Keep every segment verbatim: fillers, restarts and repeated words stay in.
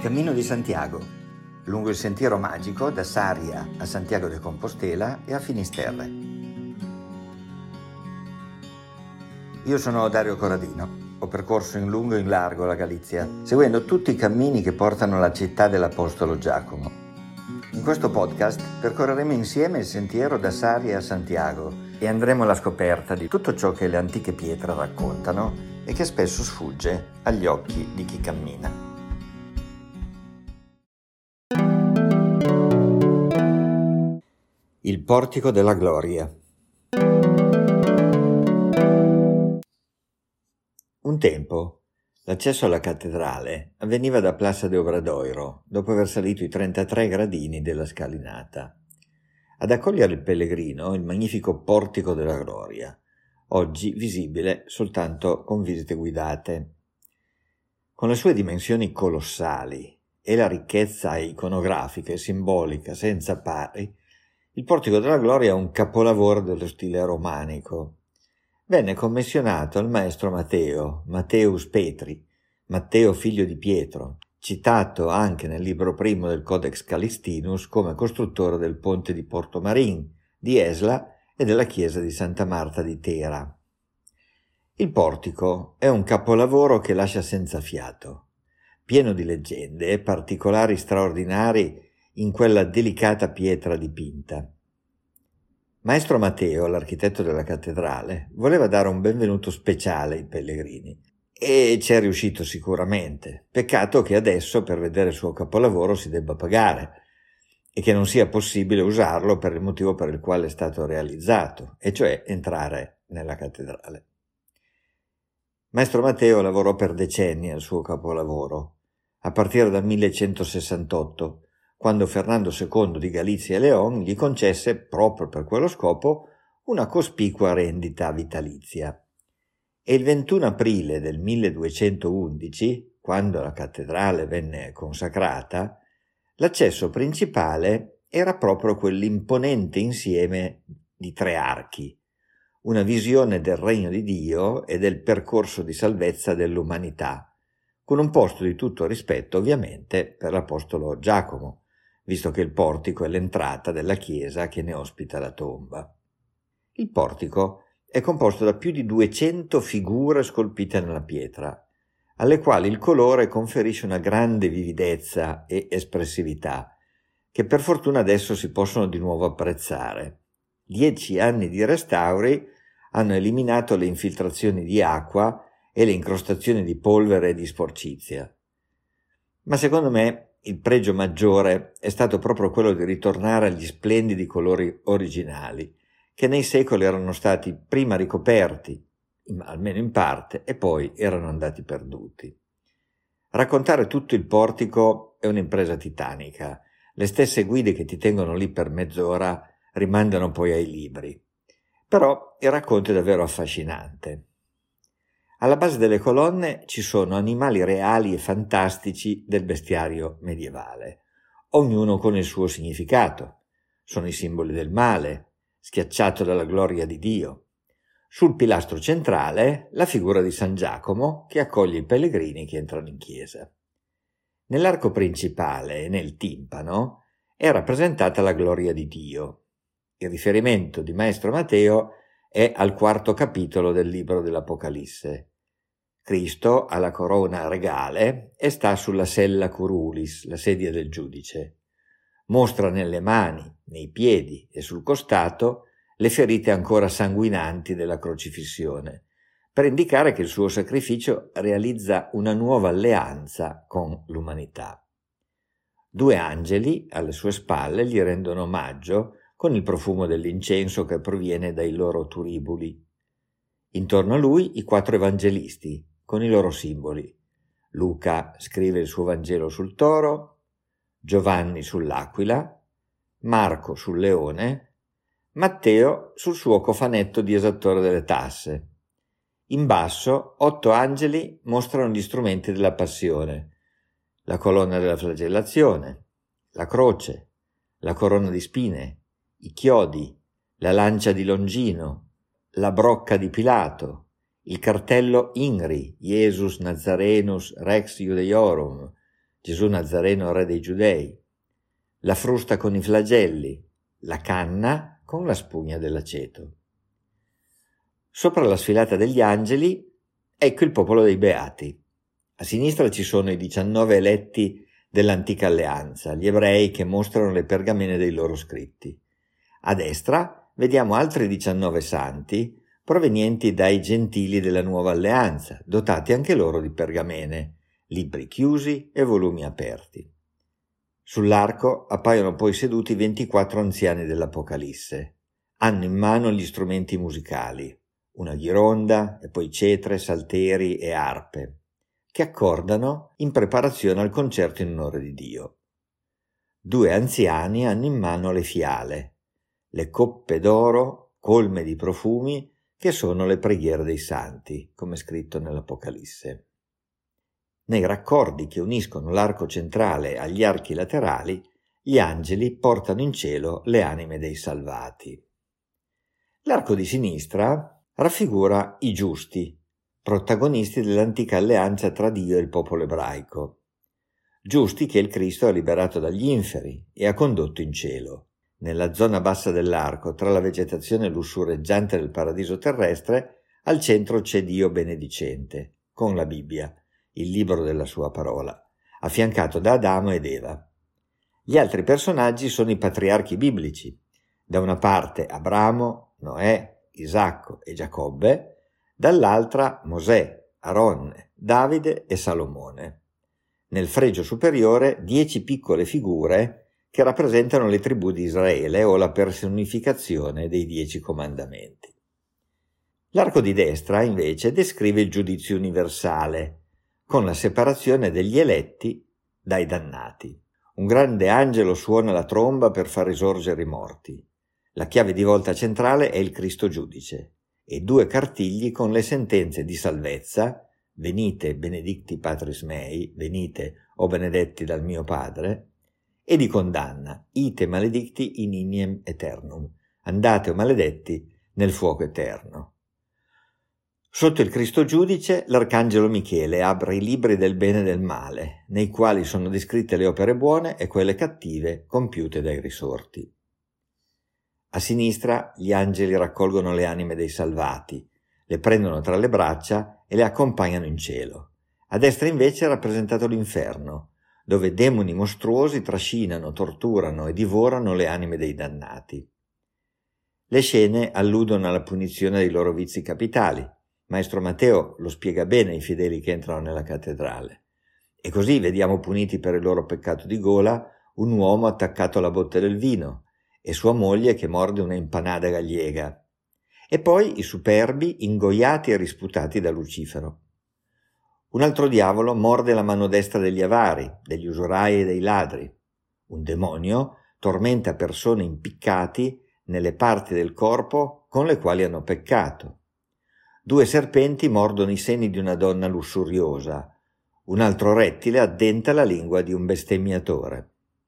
Cammino di Santiago, lungo il sentiero magico da Sarria a Santiago de Compostela e a Finisterre. Io sono Dario Corradino, ho percorso in lungo e in largo la Galizia, seguendo tutti i cammini che portano alla città dell'Apostolo Giacomo. In questo podcast percorreremo insieme il sentiero da Sarria a Santiago e andremo alla scoperta di tutto ciò che le antiche pietre raccontano e che spesso sfugge agli occhi di chi cammina. Il portico della gloria. Un tempo l'accesso alla cattedrale avveniva da Plaza de Obradoiro, dopo aver salito i trentatré gradini della scalinata. Ad accogliere il pellegrino il magnifico portico della gloria, oggi visibile soltanto con visite guidate. Con le sue dimensioni colossali e la ricchezza iconografica e simbolica senza pari, il Portico della Gloria è un capolavoro dello stile romanico. Venne commissionato al maestro Matteo, Matteus Petri, Matteo figlio di Pietro, citato anche nel libro primo del Codex Calistinus come costruttore del ponte di Portomarin, di Esla e della chiesa di Santa Marta di Tera. Il portico è un capolavoro che lascia senza fiato, pieno di leggende e particolari straordinari in quella delicata pietra dipinta. Maestro Matteo, l'architetto della cattedrale, voleva dare un benvenuto speciale ai pellegrini e ci è riuscito sicuramente. Peccato che adesso per vedere il suo capolavoro si debba pagare e che non sia possibile usarlo per il motivo per il quale è stato realizzato, e cioè entrare nella cattedrale. Maestro Matteo lavorò per decenni al suo capolavoro, a partire dal millecentosessantotto, quando Fernando secondo di Galizia e León gli concesse, proprio per quello scopo, una cospicua rendita vitalizia. E il ventuno aprile del milleduecentoundici, quando la cattedrale venne consacrata, l'accesso principale era proprio quell'imponente insieme di tre archi, una visione del regno di Dio e del percorso di salvezza dell'umanità, con un posto di tutto rispetto ovviamente per l'apostolo Giacomo, visto che il portico è l'entrata della chiesa che ne ospita la tomba. Il portico è composto da più di duecento figure scolpite nella pietra, alle quali il colore conferisce una grande vividezza e espressività, che per fortuna adesso si possono di nuovo apprezzare. Dieci anni di restauri hanno eliminato le infiltrazioni di acqua e le incrostazioni di polvere e di sporcizia. Ma secondo me il pregio maggiore è stato proprio quello di ritornare agli splendidi colori originali, che nei secoli erano stati prima ricoperti, almeno in parte, e poi erano andati perduti. Raccontare tutto il portico è un'impresa titanica. Le stesse guide che ti tengono lì per mezz'ora rimandano poi ai libri. Però il racconto è davvero affascinante. Alla base delle colonne ci sono animali reali e fantastici del bestiario medievale, ognuno con il suo significato. Sono i simboli del male, schiacciato dalla gloria di Dio. Sul pilastro centrale la figura di San Giacomo che accoglie i pellegrini che entrano in chiesa. Nell'arco principale e nel timpano è rappresentata la gloria di Dio. Il riferimento di Maestro Matteo è al quarto capitolo del libro dell'Apocalisse. Cristo ha la corona regale e sta sulla sella curulis, la sedia del giudice. Mostra nelle mani, nei piedi e sul costato le ferite ancora sanguinanti della crocifissione, per indicare che il suo sacrificio realizza una nuova alleanza con l'umanità. Due angeli alle sue spalle gli rendono omaggio con il profumo dell'incenso che proviene dai loro turibuli. Intorno a lui i quattro evangelisti, con i loro simboli. Luca scrive il suo Vangelo sul toro, Giovanni sull'aquila, Marco sul leone, Matteo sul suo cofanetto di esattore delle tasse. In basso, otto angeli mostrano gli strumenti della passione, la colonna della flagellazione, la croce, la corona di spine, i chiodi, la lancia di Longino, la brocca di Pilato, il cartello INRI, Iesus Nazarenus Rex Iudeiorum, Gesù Nazareno, re dei Giudei, la frusta con i flagelli, la canna con la spugna dell'aceto. Sopra la sfilata degli angeli, ecco il popolo dei beati. A sinistra ci sono i diciannove eletti dell'antica alleanza, gli ebrei che mostrano le pergamene dei loro scritti. A destra vediamo altri diciannove santi provenienti dai gentili della nuova alleanza, dotati anche loro di pergamene, libri chiusi e volumi aperti. Sull'arco appaiono poi seduti ventiquattro anziani dell'Apocalisse. Hanno in mano gli strumenti musicali, una ghironda e poi cetre, salteri e arpe, che accordano in preparazione al concerto in onore di Dio. Due anziani hanno in mano le fiale, le coppe d'oro colme di profumi, che sono le preghiere dei santi, come scritto nell'Apocalisse. Nei raccordi che uniscono l'arco centrale agli archi laterali, gli angeli portano in cielo le anime dei salvati. L'arco di sinistra raffigura i giusti, protagonisti dell'antica alleanza tra Dio e il popolo ebraico, giusti che il Cristo ha liberato dagli inferi e ha condotto in cielo. Nella zona bassa dell'arco, tra la vegetazione lussureggiante del paradiso terrestre, al centro c'è Dio benedicente, con la Bibbia, il libro della sua parola, affiancato da Adamo ed Eva. Gli altri personaggi sono i patriarchi biblici, da una parte Abramo, Noè, Isacco e Giacobbe, dall'altra Mosè, Aronne, Davide e Salomone. Nel fregio superiore dieci piccole figure che rappresentano le tribù di Israele o la personificazione dei dieci comandamenti. L'arco di destra, invece, descrive il giudizio universale, con la separazione degli eletti dai dannati. Un grande angelo suona la tromba per far risorgere i morti. La chiave di volta centrale è il Cristo giudice e due cartigli con le sentenze di salvezza, venite benedicti patris mei, venite o benedetti dal mio Padre, e di condanna, ite maledicti in ignem eternum, andate o maledetti nel fuoco eterno. Sotto il Cristo giudice, l'arcangelo Michele apre i libri del bene e del male, nei quali sono descritte le opere buone e quelle cattive compiute dai risorti. A sinistra gli angeli raccolgono le anime dei salvati, le prendono tra le braccia e le accompagnano in cielo. A destra invece è rappresentato l'inferno, dove demoni mostruosi trascinano, torturano e divorano le anime dei dannati. Le scene alludono alla punizione dei loro vizi capitali. Maestro Matteo lo spiega bene ai fedeli che entrano nella cattedrale. E così vediamo puniti per il loro peccato di gola un uomo attaccato alla botte del vino e sua moglie che morde una impanada gallega, e poi i superbi ingoiati e risputati da Lucifero. Un altro diavolo morde la mano destra degli avari, degli usurai e dei ladri. Un demonio tormenta persone impiccati nelle parti del corpo con le quali hanno peccato. Due serpenti mordono i seni di una donna lussuriosa. Un altro rettile addenta la lingua di un bestemmiatore.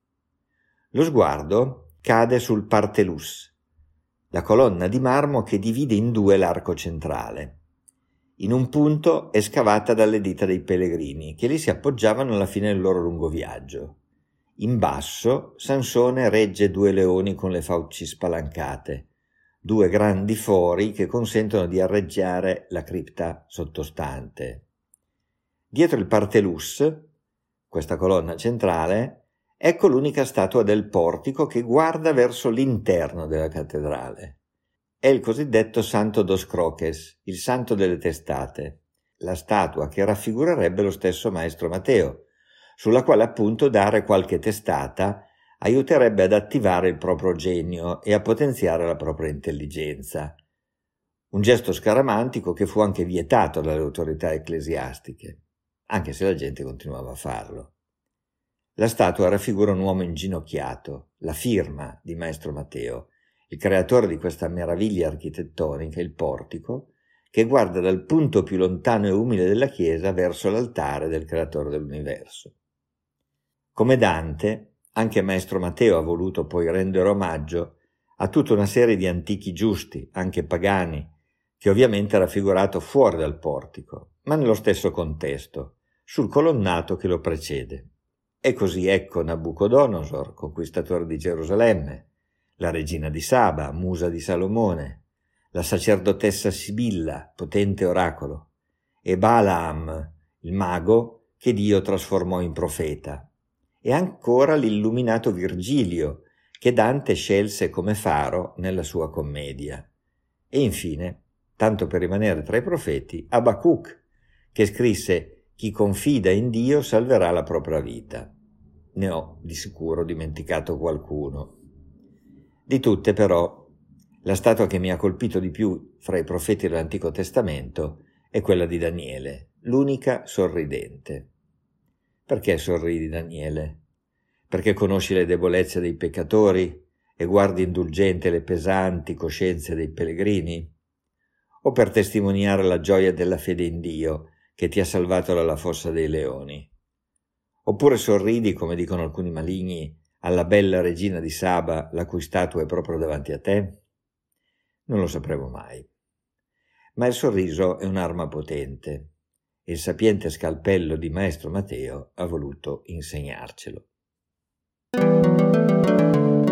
Lo sguardo cade sul partelus, la colonna di marmo che divide in due l'arco centrale. In un punto è scavata dalle dita dei pellegrini, che lì si appoggiavano alla fine del loro lungo viaggio. In basso Sansone regge due leoni con le fauci spalancate, due grandi fori che consentono di arreggiare la cripta sottostante. Dietro il partelus, questa colonna centrale, ecco l'unica statua del portico che guarda verso l'interno della cattedrale. È il cosiddetto Santo dos Croces, il santo delle testate, la statua che raffigurerebbe lo stesso Maestro Matteo, sulla quale appunto dare qualche testata aiuterebbe ad attivare il proprio genio e a potenziare la propria intelligenza. Un gesto scaramantico che fu anche vietato dalle autorità ecclesiastiche, anche se la gente continuava a farlo. La statua raffigura un uomo inginocchiato, la firma di Maestro Matteo, il creatore di questa meraviglia architettonica, il portico, che guarda dal punto più lontano e umile della chiesa verso l'altare del creatore dell'universo. Come Dante, anche Maestro Matteo ha voluto poi rendere omaggio a tutta una serie di antichi giusti, anche pagani, che ovviamente ha raffigurato fuori dal portico, ma nello stesso contesto, sul colonnato che lo precede. E così ecco Nabucodonosor, conquistatore di Gerusalemme, la regina di Saba, musa di Salomone, la sacerdotessa Sibilla, potente oracolo, e Balaam, il mago che Dio trasformò in profeta, e ancora l'illuminato Virgilio, che Dante scelse come faro nella sua commedia. E infine, tanto per rimanere tra i profeti, Abacuc, che scrisse «Chi confida in Dio salverà la propria vita». Ne ho di sicuro dimenticato qualcuno. Di tutte però, la statua che mi ha colpito di più fra i profeti dell'Antico Testamento è quella di Daniele, l'unica sorridente. Perché sorridi, Daniele? Perché conosci le debolezze dei peccatori e guardi indulgente le pesanti coscienze dei pellegrini? O per testimoniare la gioia della fede in Dio che ti ha salvato dalla fossa dei leoni? Oppure sorridi, come dicono alcuni maligni, alla bella regina di Saba, la cui statua è proprio davanti a te? Non lo sapremo mai. Ma il sorriso è un'arma potente e il sapiente scalpello di Maestro Matteo ha voluto insegnarcelo.